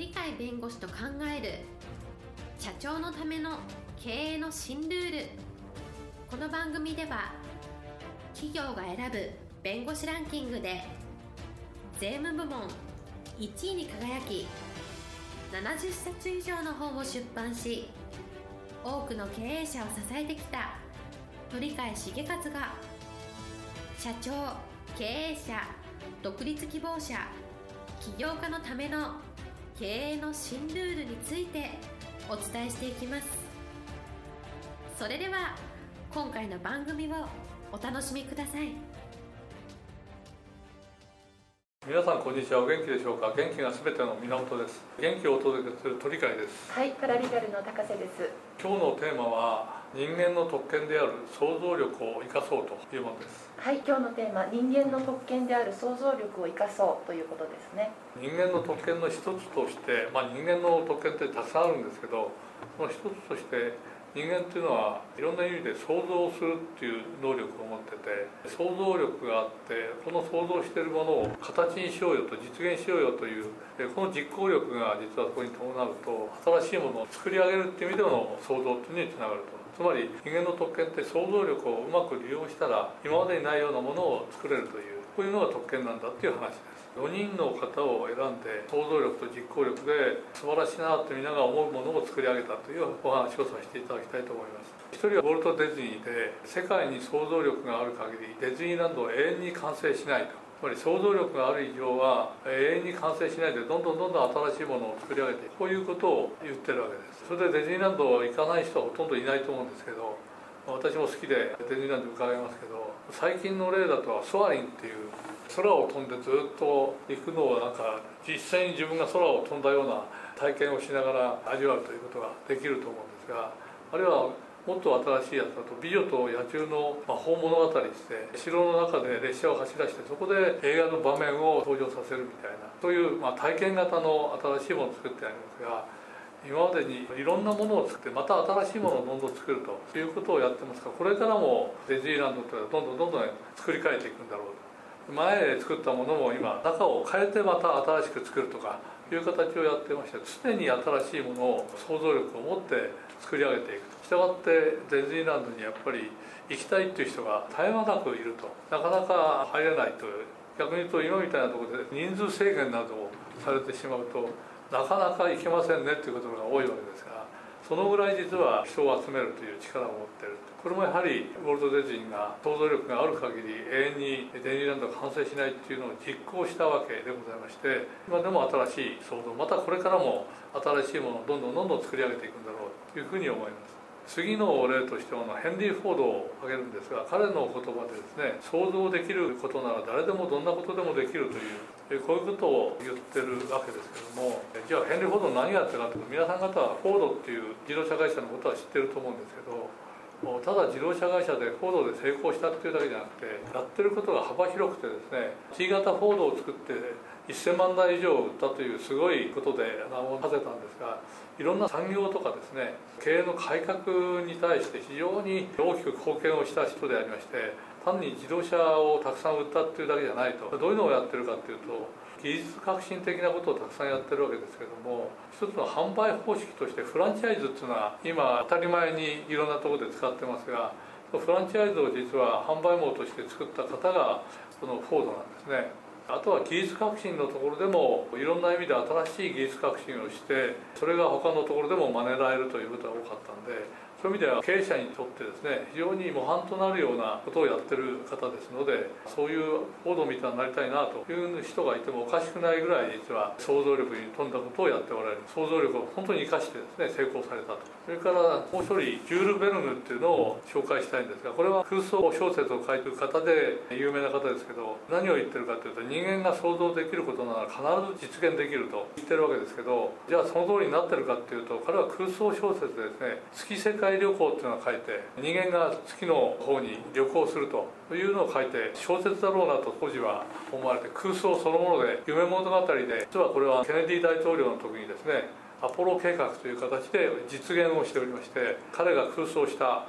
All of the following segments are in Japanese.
鳥飼弁護士と考える社長のための経営の新ルール。この番組では企業が選ぶ弁護士ランキングで税務部門1位に輝き、70冊以上の本を出版し、多くの経営者を支えてきた鳥飼茂勝が、社長、経営者、独立希望者、起業家のための経営の新ルールについてお伝えしていきます。それでは今回の番組をお楽しみください。 皆さんこんにちは。お元気でしょうか。元気がすべての源です。元気をお届けする鳥飼です。 はい、パラリーガルの高瀬です。 今日のテーマは人間の特権である想像力を生かそうというものです。 はい、今日のテーマ、人間の特権である想像力を生かそうということですね。 人間の特権の一つとして、人間の特権ってたくさんあるんですけど、その一つとして人間っていうのはいろんな意味で想像するっていう能力を持ってて、想像力があって、この想像しているものを形にしようよと、実現しようよという、この実行力が実はそこに伴うと、新しいものを作り上げるっていう意味での想像っていうのにつながると。つまり人間の特権って想像力をうまく利用したら今までにないようなものを作れるという、こういうのが特権なんだっていう話です。4人の方を選んで想像力と実行力で素晴らしいなってみんなが思うものを作り上げたというお話をさせていただきたいと思います。一人はウォルト・ディズニーで、世界に想像力がある限りディズニーランドは永遠に完成しないと。つまり想像力がある以上は永遠に完成しないでどんどん新しいものを作り上げていく、こういうことを言ってるわけです。それでディズニーランド行かない人はほとんどいないと思うんですけど、私も好きでディズニーランド伺いますけど、最近の例だとソアリンっていう空を飛んでずっと行くのを実際に自分が空を飛んだような体験をしながら味わうということができると思うんですが、あるいはもっと新しいやつだと美女と野獣の本物語して城の中で列車を走らせて、そこで映画の場面を登場させるみたいな、そういう体験型の新しいものを作ってありますが、今までにいろんなものを作ってまた新しいものをどんどん作るということをやってますから、これからもディズニーランドってどんどん作り変えていくんだろうと。前作ったものも今中を変えてまた新しく作るとかいう形をやってまして、常に新しいものを想像力を持って作り上げていくと。したがってディズニーランドにやっぱり行きたいっていう人が絶え間なくいると。なかなか入れないと。逆に言うと今みたいなところで人数制限などをされてしまうとなかなか行けませんねっていうことが多いわけですが、そのぐらい実は人を集めるという力を持っている。これもやはりウォルト・ディズニーが想像力がある限り永遠にディズニーランドが完成しないっていうのを実行したわけでございまして、今でも新しい想像、またこれからも新しいものをどんどん作り上げていくんだろうというふうに思います。次の例としてはヘンリー・フォードを挙げるんですが、彼の言葉でですね、想像できることなら誰でもどんなことでもできるという、こういうことを言ってるわけですけども、じゃあヘンリー・フォード何やってるかというと、皆さん方はフォードっていう自動車会社のことは知ってると思うんですけど、ただ自動車会社でフォードで成功したっていうだけじゃなくて、やってることが幅広くてですね、T 型フォードを作って1000万台以上売ったというすごいことで名を馳せたんですが、いろんな産業とかですね、経営の改革に対して非常に大きく貢献をした人でありまして、単に自動車をたくさん売ったっていうだけじゃないと。どういうのをやってるかっていうと、技術革新的なことをたくさんやってるわけですけども、一つの販売方式としてフランチャイズっていうのは今当たり前にいろんなところで使ってますが、フランチャイズを実は販売網として作った方がこのフォードなんですね。あとは技術革新のところでもいろんな意味で新しい技術革新をして、それが他のところでも真似られるということが多かったんで、そういう意味では経営者にとってですね、非常に模範となるようなことをやってる方ですので、そういうフォードみたいになりたいなという人がいてもおかしくないぐらい、実は想像力に富んだことをやっておられる。想像力を本当に生かしてですね、成功されたと。それからもう一人ジュール・ベルヌっていうのを紹介したいんですが、これは空想小説を書いている方で有名な方ですけど、何を言ってるかというと、人間が想像できることなら必ず実現できると言ってるわけですけど、じゃあその通りになってるかっていうと、彼は空想小説でですね、月世界旅行っていうのを書いて、人間が月の方に旅行するというのを書いて、小説だろうなと当時は思われて、空想そのもので夢物語で、実はこれはケネディ大統領の時にですね、アポロ計画という形で実現をしておりまして、彼が空想した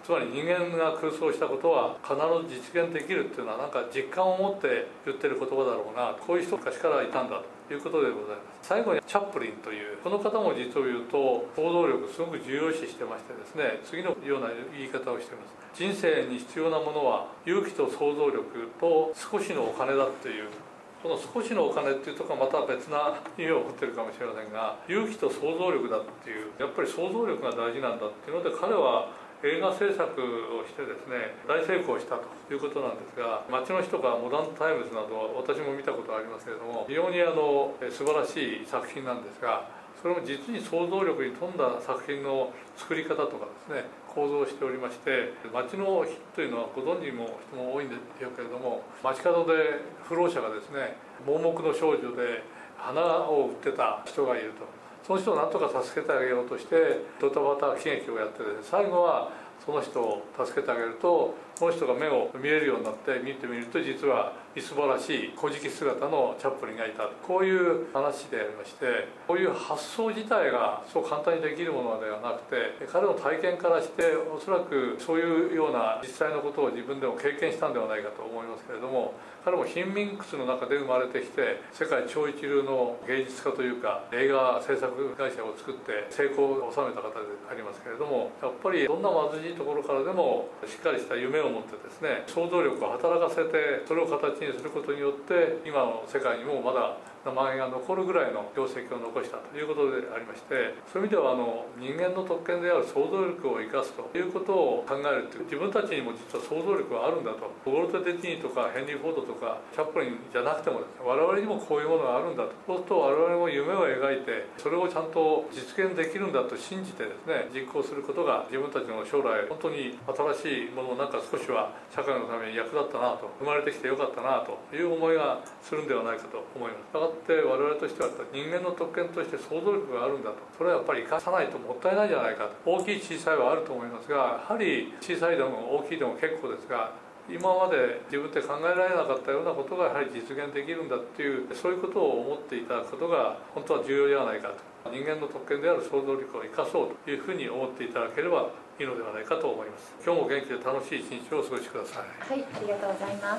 つまり人間が空想したことは必ず実現できるっていうのはなんか実感を持って言ってる言葉だろうな、こういう人昔からいたんだということでございます。最後にチャップリンというこの方も実を言うと想像力すごく重要視してましてですね、次のような言い方をしています。人生に必要なものは勇気と想像力と少しのお金だっていう、この少しのお金っていうところはまた別な意味を持ってるかもしれませんが、勇気と想像力だっていう、やっぱり想像力が大事なんだっていうので、彼は映画制作をしてですね大成功したということなんですが、街の人がモダンタイムズなどは私も見たことありますけれども、非常に素晴らしい作品なんですが、それも実に想像力に富んだ作品の作り方とかですね構造をしておりまして、街の日というのはご存知も人も多いんでしょうけれども、街角で不老者がですね盲目の少女で花を売ってた人がいると。その人を何とか助けてあげようとしてドタバタ喜劇をやってですね、最後はその人を助けてあげると、その人が目を見えるようになって見てみると、実はみすぼらしい小敷姿のチャップリンがいた、こういう話でありまして、こういう発想自体がそう簡単にできるものではなくて、彼の体験からしておそらくそういうような実際のことを自分でも経験したんではないかと思いますけれども、彼も貧民窟の中で生まれてきて世界超一流の芸術家というか映画制作会社を作って成功を収めた方でありますけれども、やっぱりどんな貧しいところからでもしっかりした夢を持ってですね、想像力を働かせてそれを形にすることによって今の世界にもまだ名前が残るぐらいの業績を残したということでありまして、そういう意味では人間の特権である想像力を生かすということを考えるという、自分たちにも実は想像力があるんだと、ウォルト・ディズニーとかヘンリー・フォードとかチャップリンじゃなくてもですね、我々にもこういうものがあるんだと、そうすると我々も夢を描いてそれをちゃんと実現できるんだと信じてですね実行することが、自分たちの将来本当に新しいものをなんか少しは社会のために役立ったなと、生まれてきてよかったなという思いがするんではないかと思います。したがって我々としては人間の特権として想像力があるんだと、それはやっぱり生かさないともったいないじゃないかと。大きい小さいはあると思いますが、やはり小さいでも大きいでも結構ですが、今まで自分で考えられなかったようなことがやはり実現できるんだっていう、そういうことを思っていただくことが本当は重要ではないかと。人間の特権である想像力を生かそうというふうに思っていただければいいのではないかと思います。今日も元気で楽しい一日をお過ごしください。 はい、ありがとうございます。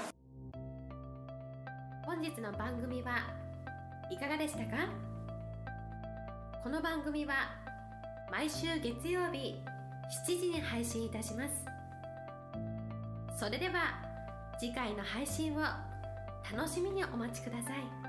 本日の番組はいかがでしたか？この番組は毎週月曜日7時に配信いたします。それでは次回の配信を楽しみにお待ちください。